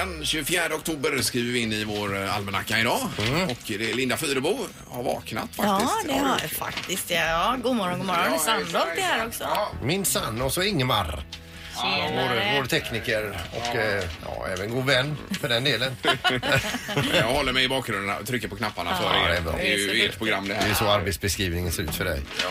Den 24 oktober skriver vi in i vår almanacka idag. Och det är Linda Fyrebo har vaknat faktiskt. Ja, det har jag faktiskt. Ja, god morgon, god morgon. Sandholt är här också. Ja. Min sann och så Ingemar. Vår tekniker och även god vän för den delen. Jag håller mig i bakgrunden och trycker på knapparna för er. det är bra. Det är ju ert program det här. Det är så arbetsbeskrivningen ser ut för dig. Ja.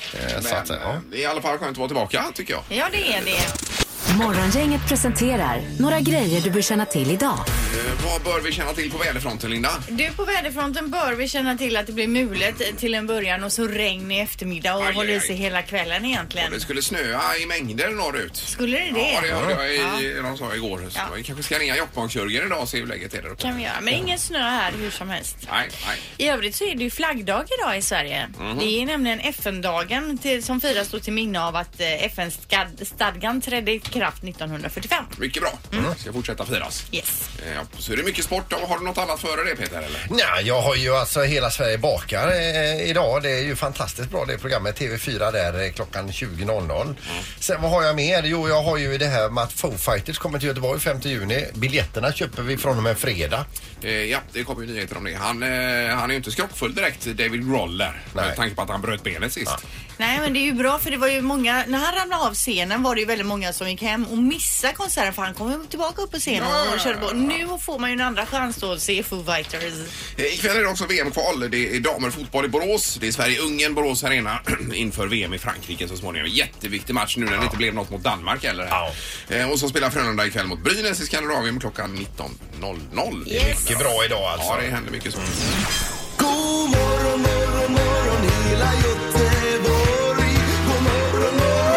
Så att, Det är i alla fall skönt att vara tillbaka tycker jag. Ja, det är det. Morgongänget presenterar några grejer du bör känna till idag. Vad bör vi känna till på väderfronten, Linda? Du, på väderfronten bör vi känna till att det blir mulet till en början och så regn i eftermiddag och håller i sig hela kvällen egentligen. Och det skulle snöa i mängder norrut. Skulle det? Ja, det hörde jag de sa igår. Så vi kanske ska ringa Jokkmokk-Kjörgen idag och se hur läget är där uppe. Kan vi göra, men ingen snö här hur som helst. Nej. I övrigt så är det ju flaggdag idag i Sverige. Det är nämligen FN-dagen som firas då till minne av att FN-stadgan trädde i kraft 1945. Mycket bra. Ska fortsätta firas. Yes. Ja, så är det mycket sport. Har du något annat före det, Peter? Eller? Nej, jag har ju alltså Hela Sverige bakar idag. Det är ju fantastiskt bra det programmet. TV4 där klockan 20.00. Sen vad har jag mer? Jo, jag har ju det här med att Foo Fighters kommer till Göteborg 5 juni. Biljetterna köper vi från och med fredag. Ja, det kommer ju nyheter om det. Han är ju inte skrockfull direkt, David Grohl där. Med tanke på att han bröt benet sist. Ja. Nej, men det är ju bra för det var ju många, när han ramlade av scenen var det ju väldigt många som gick hem och missade konserten för han kom tillbaka upp på scenen och körde på. Nu får man ju en andra chans då att se Foo Fighters. Ikväll är det också VM-kval. Det är damerfotboll i Borås. Det är Sverige-Ungern, Borås Arena inför VM i Frankrike så småningom. Jätteviktig match nu när det inte blev något mot Danmark eller här. Och så spelar Frölunda ikväll mot Brynäs i Skandinavien klockan 19.00. Det är mycket bra idag alltså. Ja, det händer mycket så. God morgon, morgon, morgon hela Göteborg. God morgon,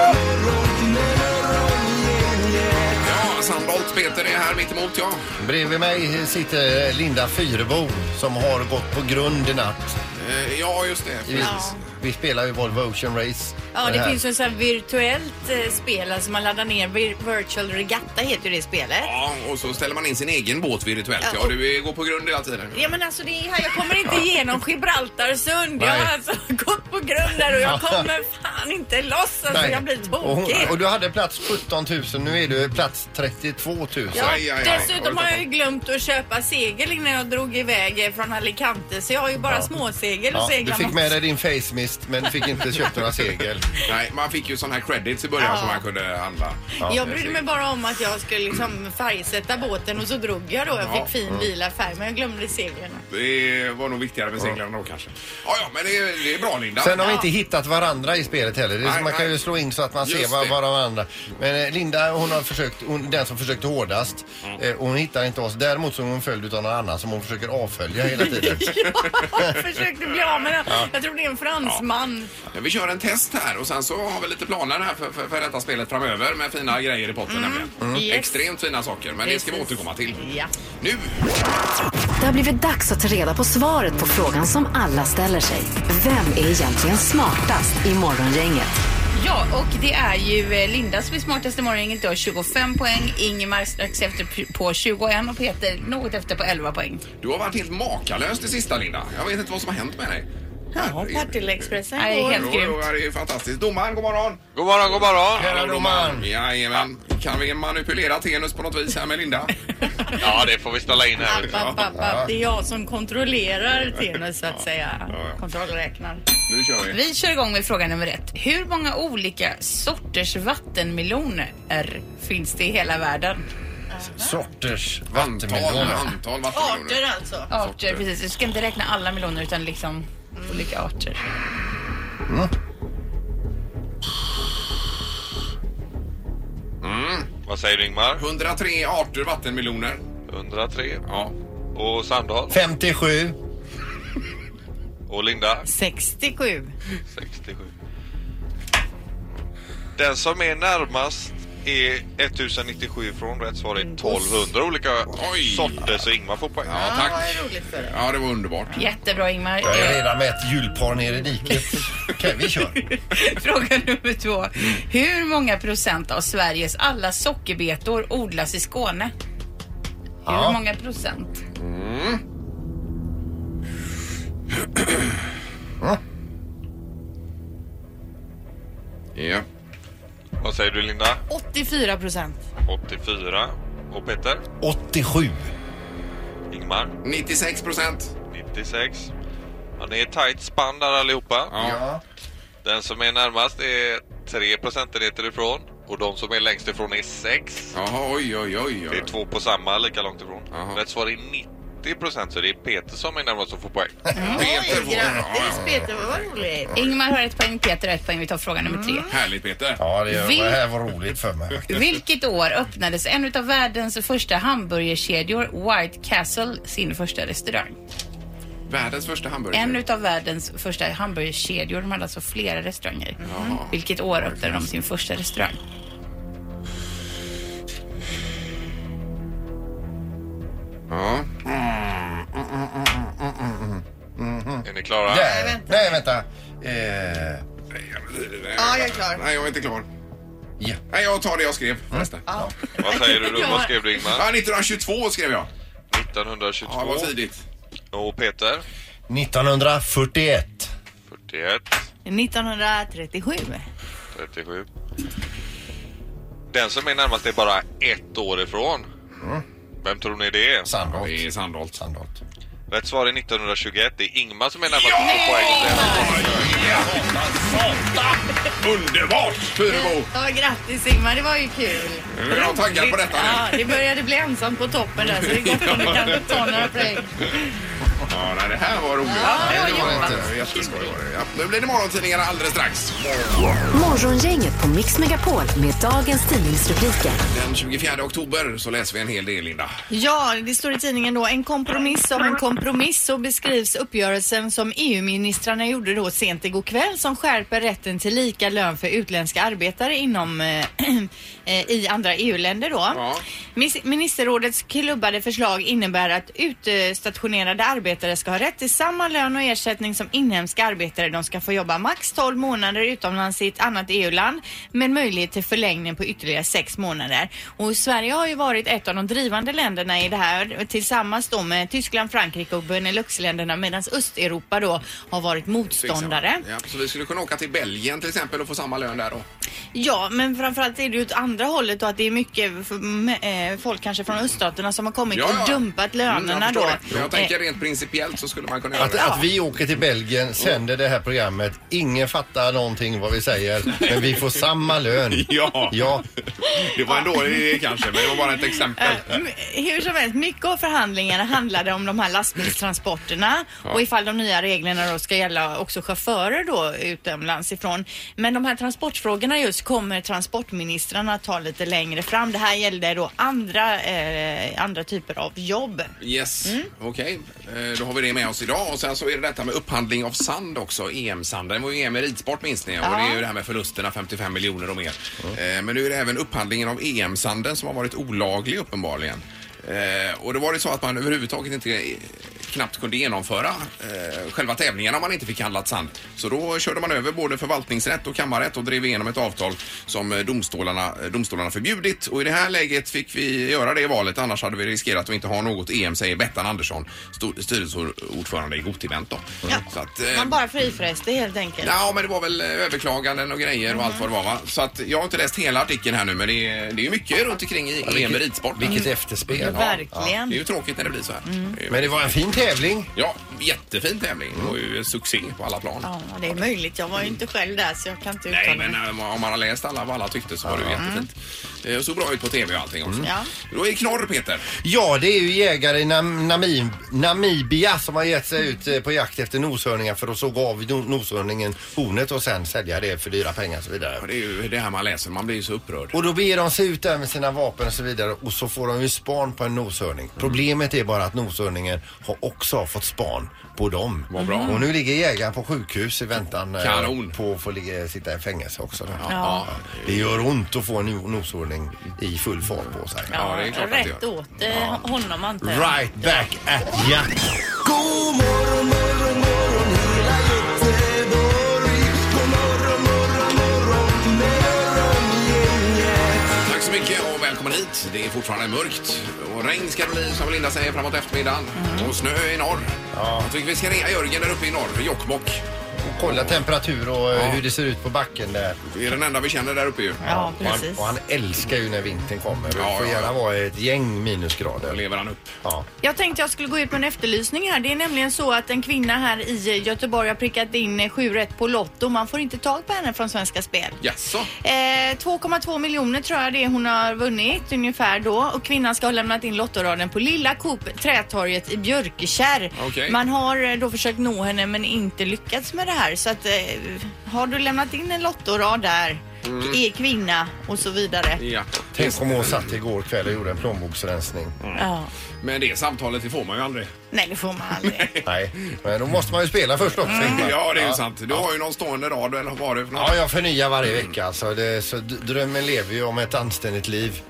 morgon med morgongänget. Ja, Sandholt Peter är här mitt emot, ja. Bredvid mig sitter Linda Fyrebo som har gått på grund i natt. Ja, just det. Vi spelar ju Volvo Ocean Race. Ja, det finns ju en sån här virtuellt spel som man laddar ner. Virtual Regatta heter det spelet. Ja, och så ställer man in sin egen båt virtuellt. Ja, du går på grund hela tiden. Ja, men alltså det är här, jag kommer inte igenom Gibraltarsund. Jag har alltså gått på grund där och jag kommer fan inte loss. Alltså jag blir tokig. Och du hade plats 17 000, nu är du plats 32 000. Ja, Aj. dessutom har jag ju glömt att köpa segel innan jag drog iväg från Alicante. Så jag har ju bara småsegel och seglar. Du fick med dig din face mist men fick inte köpt några segel. Nej, man fick ju sån här credits i början som man kunde handla. Jag brydde mig bara om att jag skulle liksom färgsätta båten och så drog jag då. Jag fick fin lila färg men jag glömde seglarna. Det var nog viktigare med seglarna då kanske. Ja, men det är bra, Linda. Sen har vi inte hittat varandra i spelet heller. Man kan ju slå in så att man ser varandra. Men Linda, hon har försökt, den som försökte hårdast. Hon hittar inte oss. Däremot så är hon följd av någon annan som hon försöker avfölja hela tiden. Jag försökte bli av med den. Jag tror det är en fransman. Ja, vi kör en test här och sen så har vi lite planer här för detta spelet framöver med fina grejer i potten nämligen. Yes. Extremt fina saker, men det ska vi återkomma till. Ja. Nu! Det har blivit dags att ta reda på svaret på frågan som alla ställer sig. Vem är egentligen smartast i Morgongänget? Ja, och det är ju Linda som är smartast i morgongänget. Du har 25 poäng, Ingemar strax efter på 21 och Peter något efter på 11 poäng. Du har varit helt makalös det sista, Linda. Jag vet inte vad som har hänt med dig. Ja, Partille-expressen. Nej, helt Jo, grymt. det är fantastiskt. Domaren, god morgon. God morgon, god morgon. Hela domaren. Jajamän. Kan vi manipulera tenus på något vis här med Linda? Ja, det får vi ställa in här. Det är jag som kontrollerar tenus så att säga. Kontrollräknar. Nu kör vi. Vi kör igång med fråga nummer 1. Hur många olika sorters vattenmeloner finns det i hela världen? Sorters vattenmeloner. Antal vattenmeloner. Arter alltså. Arter, precis. Du ska inte räkna alla meloner utan liksom olika arter. Vad säger du, Ingmar? 103 arter vattenmeloner. 103. Ja. Och Sandholt? 57. Och Linda? 67. 67. Den som är närmast är 1097 från rätt svar är 1200 olika sorter, så Ingmar får poäng. Ja, tack. Det är roligt för det. Ja, det var underbart. Jättebra, Ingmar. Jag är redan med ett julpar ner i diket. Okej, vi kör. Fråga nummer 2. Hur många procent av Sveriges alla sockerbetor odlas i Skåne? Hur många procent? Ja. Vad säger du, Linda? 84%. 84. Och Peter? 87. Ingmar? 96%. 96. Ja, ni är tajt spann där allihopa. Ja. Den som är närmast är 3 procentenheter ifrån. Och de som är längst ifrån är 6. Jaha, oj. Det är 2 på samma, lika långt ifrån. Jaha. Rätt svar är 90%, så det är Peter som är närmast att få poäng. Peter får... Grattis Peter, vad roligt. Ingmar har 1 poäng, Peter 1 poäng. Vi tar fråga nummer 3. Härligt Peter. Ja, det här var roligt för mig faktiskt. Vilket år öppnades en av världens första hamburgerkedjor, White Castle, sin första restaurang? Världens första hamburgare. En av världens första hamburgerkedjor. De hade alltså flera restauranger. Vilket år öppnade de sin första restaurang? Ja. Är ni klara? Nej, vänta. Ja, jag är klar. Nej, jag är inte klar. Ja. Nej, jag tar det jag skrev förresten. Vad säger du? Vad skrev du, Ingmar? Ja, 1922 skrev jag. 1922. Ja, vad tidigt. Och Peter? 1941. 41. 1937. 37. Den som är närmast är bara 1 år ifrån. Vem tror ni det är? Sandholt. Det är Sandholt. Sandholt. Rätt svar är 1921. Det är Ingmar som är närmast att få poäng. Underbart, Fyrebo! Ja, grattis Ingmar, det var ju kul. Nu är jag taggad på detta nu. Ja, det började bli ensamt på toppen där, så det är gott om du kan ta några poäng. Ja, nej, det här var roligt. Ja, det var det var jobbat. jätteskoj. Ja, nu blir det morgontidningarna alldeles strax. Morgongänget på Mix Megapol med dagens tidningsrubriker. Den 24 oktober så läser vi en hel del, Linda. Ja, det står i tidningen då, en kompromiss om en kompromiss, så beskrivs uppgörelsen som EU-ministrarna gjorde då sent igår kväll, som skärper rätten till lika lön för utländska arbetare inom i andra EU-länder då. Ja. Ministerrådets klubbade förslag innebär att utstationerade arbetare ska ha rätt till samma lön och ersättning som inhemska arbetare. De ska få jobba max 12 månader utomlands i ett annat EU-land med möjlighet till förlängning på ytterligare 6 månader. Och Sverige har ju varit ett av de drivande länderna i det här tillsammans då med Tyskland, Frankrike och Benelux-länderna, medan Östeuropa då har varit motståndare. Ja, så vi skulle kunna åka till Belgien till exempel och få samma lön där då. Ja, men framförallt är det ju åt andra hållet och att det är mycket folk kanske från öststaterna som har kommit och dumpat lönerna jag då. det. Jag tänker rent principiellt så skulle man kunna göra det. Att vi åker till Belgien, sänder det här programmet, ingen fattar någonting vad vi säger, men vi får samma lön. Ja. Det var en dålig idé kanske, men det var bara ett exempel. Hur som helst, mycket av förhandlingarna handlade om de här lastbilstransporterna och ifall de nya reglerna då ska gälla också chaufförer då utomlands ifrån. Men de här transportfrågorna just kommer transportministrarna ta lite längre fram. Det här gällde då andra typer av jobb. Yes, okej. Då har vi det med oss idag. Och sen så är det detta med upphandling av sand också. EM-sand. Det var ju EM i ridsport minst ni. Och det är ju det här med förlusterna, 55 miljoner och mer. Men nu är det även upphandlingen av EM-sanden som har varit olaglig uppenbarligen. Och det var det så att man överhuvudtaget inte knappt kunde genomföra själva tävlingarna om man inte fick handlat sand. Så då körde man över både förvaltningsrätt och kammarrätt och drev igenom ett avtal som domstolarna förbjudit. Och i det här läget fick vi göra det valet, annars hade vi riskerat att inte ha något EM, säger Bettan Andersson, styrelseordförande i Gotivent då. Ja, så att, man bara frifräste helt enkelt. Ja, men det var väl överklaganden och grejer och allt vad det var, va? Så att jag har inte läst hela artikeln här nu, men det är ju mycket runt omkring i EM i ridsport. Vilket efterspel. Verkligen. Det är ju tråkigt när det blir så här. Men det var en fin tävling. Ja, jättefin tävling. Det var ju succé på alla plan. Ja, det är möjligt. Jag var ju inte själv där så jag kan inte uttala Nej, men om man har läst vad alla tyckte så var det ju jättefint. Det såg bra ut på tv och allting också. Ja. Då är knorr, Peter. Ja, det är ju jägare i Namibia som har gett sig ut på jakt efter noshörningar för att såga av noshörningen hornet och sen sälja det för dyra pengar och så vidare. Ja, det är ju det här man läser. Man blir ju så upprörd. Och då ber de sig ut där med sina vapen och så vidare och så får de ju span på en noshörning. Problemet är bara att noshörningen har också fått span på dem. Vad bra. Och nu ligger jägaren på sjukhus i väntan Kanon. på att få sitta i fängelse också. Ja. Det gör ont att få en noshörning i full fart på sig. Ja, det är klart att det rätt gör. åt honom antar jag. Right back at ya. God morgon, morgon, morgon hela Göteborg. God morgon, morgon, morgon morgongänget. Tack så mycket och välkommen hit. Det är fortfarande mörkt. Och regn ska det bli, som Linda säger, framåt eftermiddagen. Och snö i norr. Jag tycker vi ska ringa Jörgen där uppe i norr, Jokkmokk. och kolla temperatur och hur det ser ut på backen där. Det är den enda vi känner där uppe ju. Ja, precis. Och han älskar ju när vintern kommer. Det Ja, får ja, gärna ja. vara ett gäng minusgrader. Då lever han upp. Ja. Jag tänkte jag skulle gå ut med en efterlysning här. Det är nämligen så att en kvinna här i Göteborg har prickat in 7 rätt på Lotto. Man får inte tag på henne från Svenska Spel. Jaså? 2,2 miljoner tror jag det är hon har vunnit ungefär då. Och kvinnan ska ha lämnat in lottoraden på Lilla Coop Trätorget i Björkekärr. Okej. Man har då försökt nå henne men inte lyckats med det här. Så att har du lämnat in en lottorad där, är kvinna och så vidare. Ja. Tänk om hon satt igår kväll och gjorde en plånboksrensning. Ja. Men det samtalet, det får man ju aldrig. Nej, det får man aldrig. Nej, men då måste man ju spela först också. Ja, det är ju sant. Du har ju någon stående rad, eller vad var det för något? Ja, jag förnyar varje vecka. Alltså så drömmen lever ju om ett anständigt liv.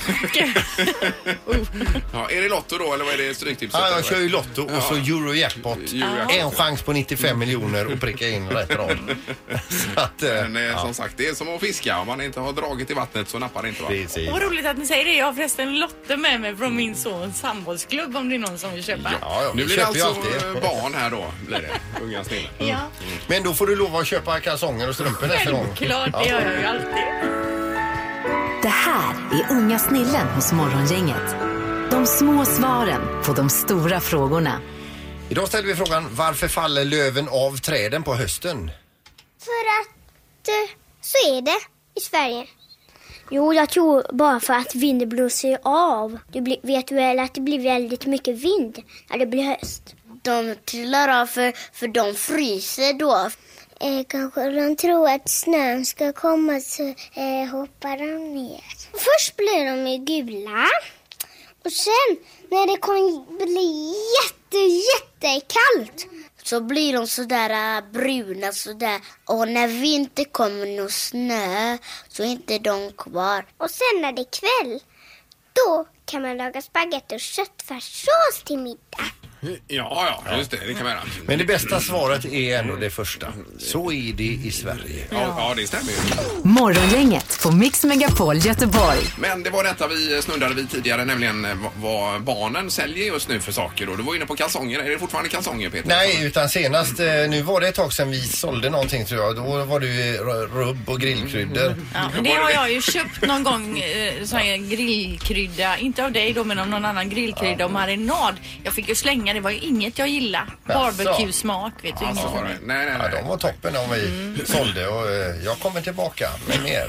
Ja, är det Lotto då, eller vad är det Stryktipset? Ja, jag eller? kör ju Lotto och så Eurojackpot. Eurojackpot. En chans på 95 miljoner och pricka in rätt rad. Så att, Men som sagt, det är som att fiska. Om man inte har dragit i vattnet så nappar det inte, va? precis. Vad roligt att ni säger det. Jag har förresten Lotte med mig från min sons handbollsklubb om det är någon som vill köpa. Ja, Nu vi blir det köper ju alltså alltid. barn här då, blir det. Unga snille. Ja, Men då får du lov att köpa kalsonger och strumpor nästa gång. självklart. Det gör jag ju alltid. Det här är Unga snillen hos Morgongänget. De små svaren på de stora frågorna. Idag ställer vi frågan, varför faller löven av träden på hösten? För att så är det i Sverige. Jo, jag tror bara för att vinden blåser av. Du vet du väl att det blir väldigt mycket vind när det blir höst? De trillar av för de fryser då. Kanske de tror att snön ska komma så hoppar de ner. Först blir de ju gula. Och sen när det kommer bli jättekallt så blir de sådär bruna sådär. Och när vi inte kommer någon snö så är inte de kvar. Och sen när det är kväll, då kan man laga spagetti och köttfärssås till middag. Ja, just det. Det kan man göra. Men det bästa svaret är ändå det första. Så är det i Sverige. Ja, det stämmer ju. Morgongänget på Mix Megapol Göteborg. Men det var detta vi snuddade vid tidigare, nämligen vad barnen säljer just nu för saker. Och du var inne på kalsonger. Är det fortfarande kalsonger, Peter? Nej, utan senast, nu var det ett tag sedan vi sålde någonting tror jag. Då var det ju rubb och grillkryddor. Ja, men det har jag ju köpt någon gång, sån här grillkrydda. Inte av dig då, men av någon annan grillkrydda och marinad. Jag fick ju slänga, det var ju inget jag gillade. Barbecue-smak, vet du. Alltså, var det? Nej. Ja, de var toppen om vi sålde och jag kommer tillbaka med mer.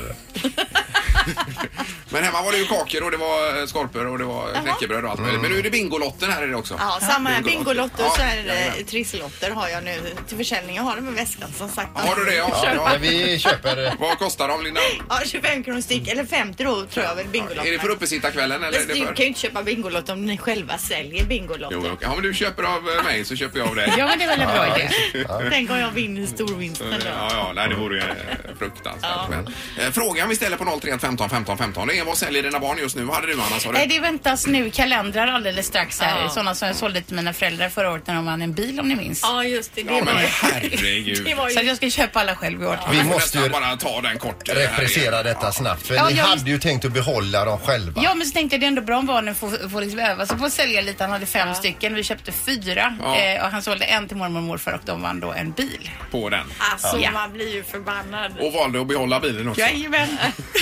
Men hemma var det ju kakor och det var skorpor och det var knäckebröd och allt möjligt. Men nu är det Bingolotten här är det också. Ja, samma här. Bingolotter och så är Ja. det trisslotter har jag nu till försäljning. Jag har det med väskan som sagt. Har du det? Ja. Men vi köper... Vad kostar de, Linda? Ja, 25 kronor styck. Eller 50 då tror jag väl Bingolotter. Är det för uppesittarkvällen eller är det Du för... kan ju inte köpa Bingolotter om ni själva säljer Bingolotter. Jo, okej. Ja, men du köper av mig så köper jag av dig. Ja, men det är väl en bra idé. Tänk om jag vinner storvinsten då. Ja, nej, det vore ju fruktansvärt. Men, frågan vi ställer på 031 15 15 15 det är vad säljer dina barn just nu? Vad hade du, Anna, sa du? Det väntas nu kalendrar alldeles strax här. Sådana som jag sålde till mina föräldrar förra året när de vann en bil, om ni minns. Ja, just det. Ja, men herregud. Det var Så att ju... jag ska köpa alla själv i år. Vi Vi måste ju bara ta den kort. repressera detta snabbt. För Ja, ni jag hade ju tänkt att behålla dem själva. Ja, men så tänkte jag det är ändå bra om barnen får liksom öva. Så får sälja lite. Han hade 5 stycken. Vi köpte 4. Ja. Och han sålde en till mormor och morfar och de vann då en bil. På den. Alltså, Ja. man blir ju förbannad. Och valde att behålla bilen också. Jajamän.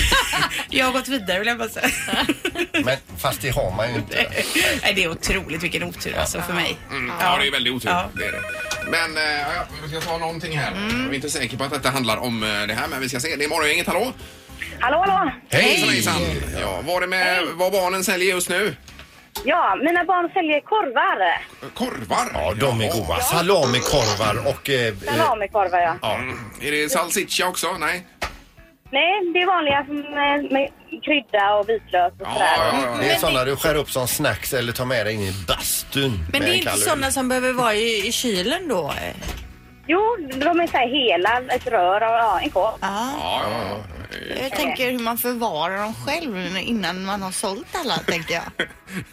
Jag har gått vidare, vill jag bara säga. Men fast det har man ju inte. Nej, det är otroligt vilken otur alltså för mig. Ja, det är väldigt otur. Ja. Det är det. Men vi ska ta någonting här. Jag är inte säker på att detta handlar om det här, men vi ska se. Det är Morgongänget, hallå? Hallå. Hejsan. Ja, vad barnen säljer just nu? Ja, mina barn säljer korvar. Korvar? Ja, de är goda. Salamikorvar och... Salamikorvar, ja. ja. Är det salsiccia också? Nej? Nej, det är vanliga med krydda och vitlök och sådär. Det är sådana du skär upp som snacks eller tar med dig in i bastun. Men det är inte sådana som behöver vara i kylen då? Jo, de är så här hela, ett rör och en korv. Ja. Jag tänker hur man förvarar dem själv innan man har sålt alla, tänker jag.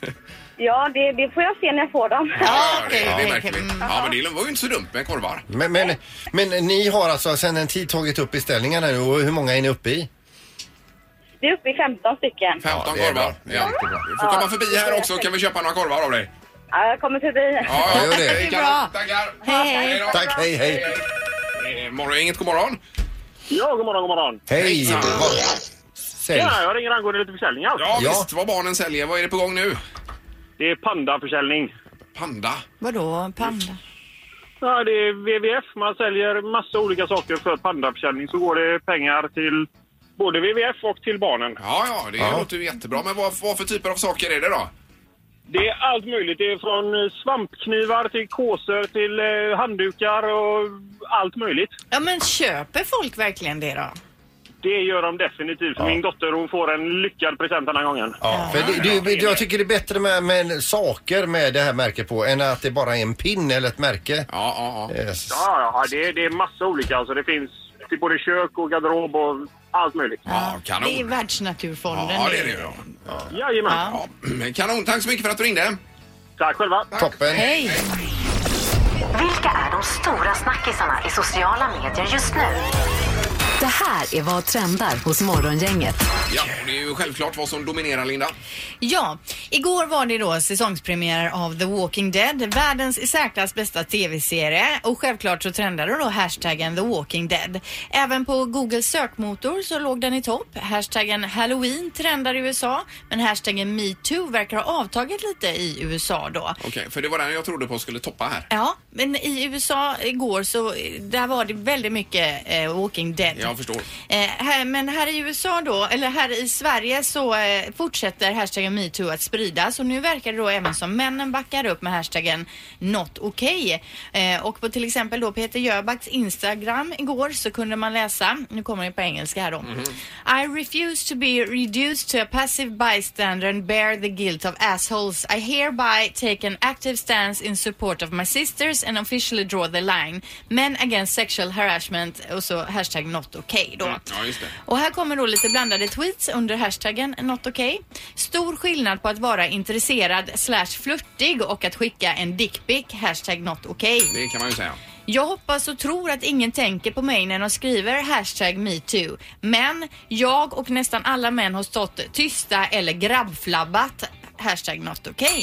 Ja, det får jag se när jag får dem. Det är märkligt. Ja, men det var ju inte så dumt med korvar. Men ni har alltså sedan en tid tagit upp beställningarna nu och hur många är ni uppe i? Vi är uppe i 15 stycken. 15 det är korvar. bra. Ja. Du får komma förbi här också, kan vi köpa några korvar av dig? Ja, jag kommer förbi. Ja, gör det. Hej, bra. tackar. Hej. då. Tack, hej. Morgongänget, god morgon. Ja, god morgon. Hej! Sälj. Ja, jag ringer angående lite försäljning alltså. Ja, visst, vad barnen säljer. Vad är det på gång nu? Det är pandaförsäljning. Panda? Vadå, panda? Ja, det är WWF. Man säljer massa olika saker för pandaförsäljning. Så går det pengar till både WWF och till barnen. Ja, det låter ju jättebra. Men vad för typer av saker är det då? Det är allt möjligt. Det är från svampknivar till kåsor till handdukar och allt möjligt. Ja, men köper folk verkligen det då? Det gör de definitivt. Ja. Min dotter, hon får en lyckad present den här gången. Ja, för jag tycker det är bättre med saker med det här märket på än att det bara är en pin eller ett märke. Ja. Yes. Ja, det är massa olika. Alltså det finns till både kök och garderob och allt möjligt. Ja, kanon. Det är Världsnaturfonden. Ja, det är det. Ja. Jajamän. Ja. Kanon, tack så mycket för att du ringde. Tack själva. Tack. Toppen. Hej! Vilka är de stora snackisarna i sociala medier just nu? Det här är vad trendar hos Morgongänget. Ja, och det är ju självklart vad som dominerar, Linda. Ja, igår var det då säsongspremiär av The Walking Dead, världens i särklass bästa tv-serie, och självklart så trendade då hashtaggen The Walking Dead. Även på Googles sökmotor så låg den i topp. Hashtaggen Halloween trendar i USA, men hashtaggen MeToo verkar ha avtagit lite i USA då. Okej, för det var den jag trodde på skulle toppa här. Ja, men i USA igår så där var det väldigt mycket Walking Dead. Jag förstår. Men här i USA då, eller här i Sverige så fortsätter hashtaggen MeToo att spridas, och nu verkar det då även som männen backar upp med hashtaggen NotOkay. Och på till exempel då Peter Jöbacks Instagram igår så kunde man läsa, nu kommer det på engelska här då. I refuse to be reduced to a passive bystander and bear the guilt of assholes. I hereby take an active stance in support of my sisters and officially draw the line. Men against sexual harassment, och så hashtag NotOkay då. Ja, just det. Och här kommer då lite blandade tweets under hashtaggen NotOkay. Stor skillnad på att vara intresserad / flörtig och att skicka en dickpic, hashtag NotOkay. Det kan man ju säga. Jag hoppas och tror att ingen tänker på mig när de skriver hashtag MeToo. Men jag och nästan alla män har stått tysta eller grabbflabbat, hashtag NotOkay.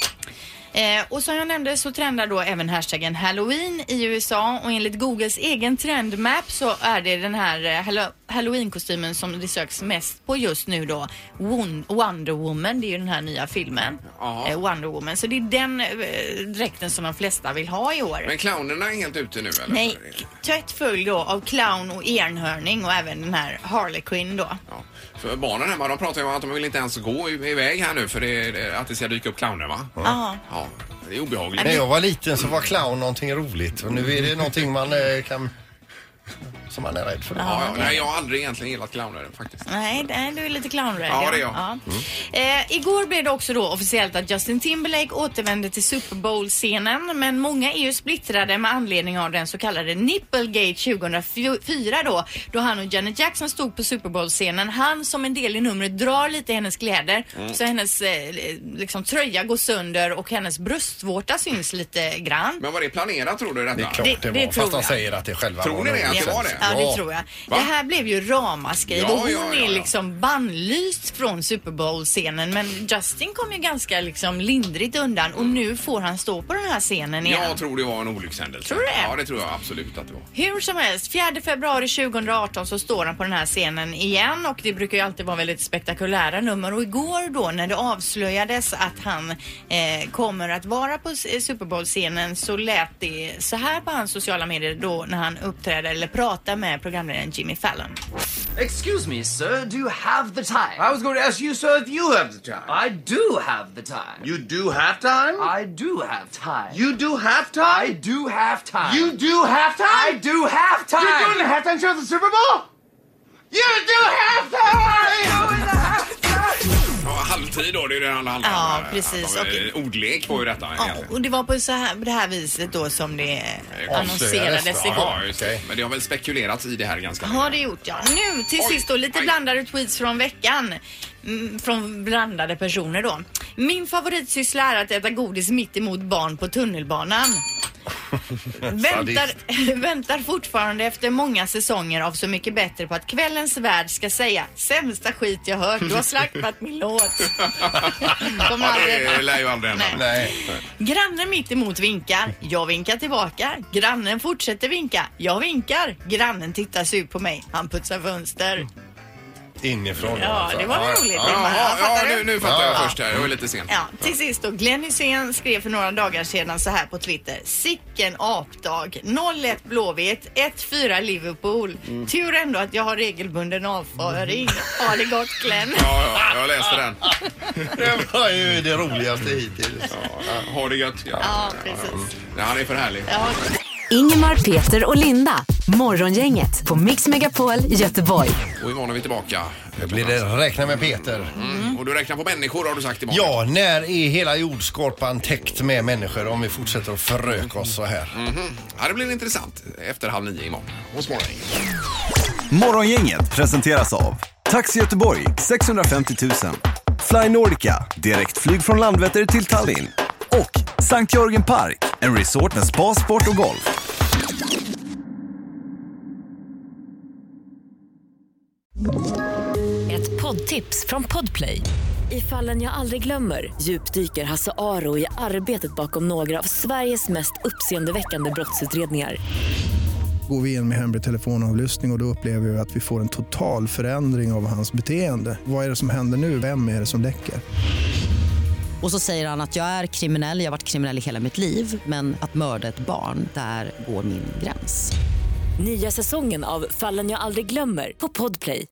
Och som jag nämnde så trendar då även hashtaggen Halloween i USA, och enligt Googles egen trendmap så är det den här Halloween-kostymen som det söks mest på just nu då. Wonder Woman, det är ju den här nya filmen. Wonder Woman, så det är den dräkten som de flesta vill ha i år. Men clownerna är helt ute nu eller? Nej, tätt följd då av clown och enhörning och även den här Harley Quinn då. Ja. För barnen hemma, de pratar ju om att de vill inte ens gå iväg här nu för att det ska dyka upp clowner, va? Ja. Ja, det är obehagligt. När jag var liten så var clown någonting roligt, och nu är det någonting man kan... som man är rädd för. Nej, jag har aldrig egentligen gillat clowner faktiskt. Nej, du är lite clownrädd. Ja, det är jag. Ja. Igår blev det också då officiellt att Justin Timberlake återvände till Super Bowl-scenen, men många är ju splittrade med anledning av den så kallade Nipplegate 2004 då han och Janet Jackson stod på Super Bowl-scenen. Han som en del i numret drar lite i hennes kläder så hennes liksom tröja går sönder och hennes bröstvårta syns lite grann. Men var det planerat, tror du detta? Det är klart det var, fast de säger att det själva tror ni det? Att det var det? Ja, det tror jag. Va? Det här blev ju ramaskri och hon är ja. liksom bannlyst från Super Bowl-scenen, men Justin kom ju ganska liksom lindrigt undan och nu får han stå på den här scenen igen. Jag tror det var en olyckshändelse. Tror du det? Ja, det tror jag absolut att det var. Hur som helst, 4 februari 2018 så står han på den här scenen igen, och det brukar ju alltid vara väldigt spektakulära nummer, och igår då när det avslöjades att han kommer att vara på Super Bowl-scenen så lät det så här på hans sociala medier då när han uppträder eller pratar med programledaren Jimmy Fallon. Excuse me, sir, do you have the time? I was going to ask you, sir, if you have the time. I do have the time. You do have time? I do have time. You do have time? I do have time. You do have time? I do have time. You're doing the halftime show at the Super Bowl? You do have time! Ja, halvtid då, det är det alla handlar om. Ja, precis. Ordlek på ju detta. Ja, och det var på det här viset då som det annonserades igår. Ja, okay. Men det har väl spekulerats i det här ganska Har det gjort, ja. Nu till sist då lite blandade tweets från veckan. Från blandade personer då. Min favoritsyssla är att äta godis mitt emot barn på tunnelbanan. Väntar fortfarande efter många säsonger av Så mycket bättre på att kvällens värld ska säga sämsta skit jag hört. Du har slaktat min låt. Det lär ju aldrig hända. Nej. Grannen mitt emot vinkar. Jag vinkar tillbaka. Grannen fortsätter vinka. Jag vinkar. Grannen tittar sur på mig. Han putsar fönster. Inifrån. Ja, det var roligt. Nu fattar jag först här. Jag var lite sen. Ja, till sist då. Glenn Hysén skrev för några dagar sedan så här på Twitter. Sicken apdag. 0-1 Blåvitt. 1-4 Liverpool. Tur ändå att jag har regelbunden avföring. Ha det gott, Glenn. Ja, jag läste den. Det var ju det roligaste hittills. Ha det gött. Ja, precis. Ja, han är för härlig. Ja. Ingemar, Peter och Linda. Morgongänget på Mix Megapol Göteborg. Och imorgon är vi tillbaka. Det blir det räkna med Peter. Och du räknar på människor har du sagt imorgon. Ja, när är hela jordskorpan täckt med människor om vi fortsätter att förröka oss så här? Ja, det blir intressant efter 8:30 imorgon. Hos Morgongänget. Morgongänget presenteras av Taxi Göteborg 650 000. Fly Nordica, direktflyg från Landvetter till Tallinn. Och Sankt Jörgen Park, en resort med spa, sport och golf. Ett poddtips från Podplay. I Fallen jag aldrig glömmer djupdyker Hasse Aro i arbetet bakom några av Sveriges mest uppseendeväckande brottsutredningar. Går vi in med hemlig telefonavlyssning och då upplever vi att vi får en total förändring av hans beteende. Vad är det som händer nu? Vem är det som läcker? Och så säger han att jag är kriminell, jag har varit kriminell i hela mitt liv. Men att mörda ett barn, där går min gräns. Nya säsongen av Fallen jag aldrig glömmer på Podplay.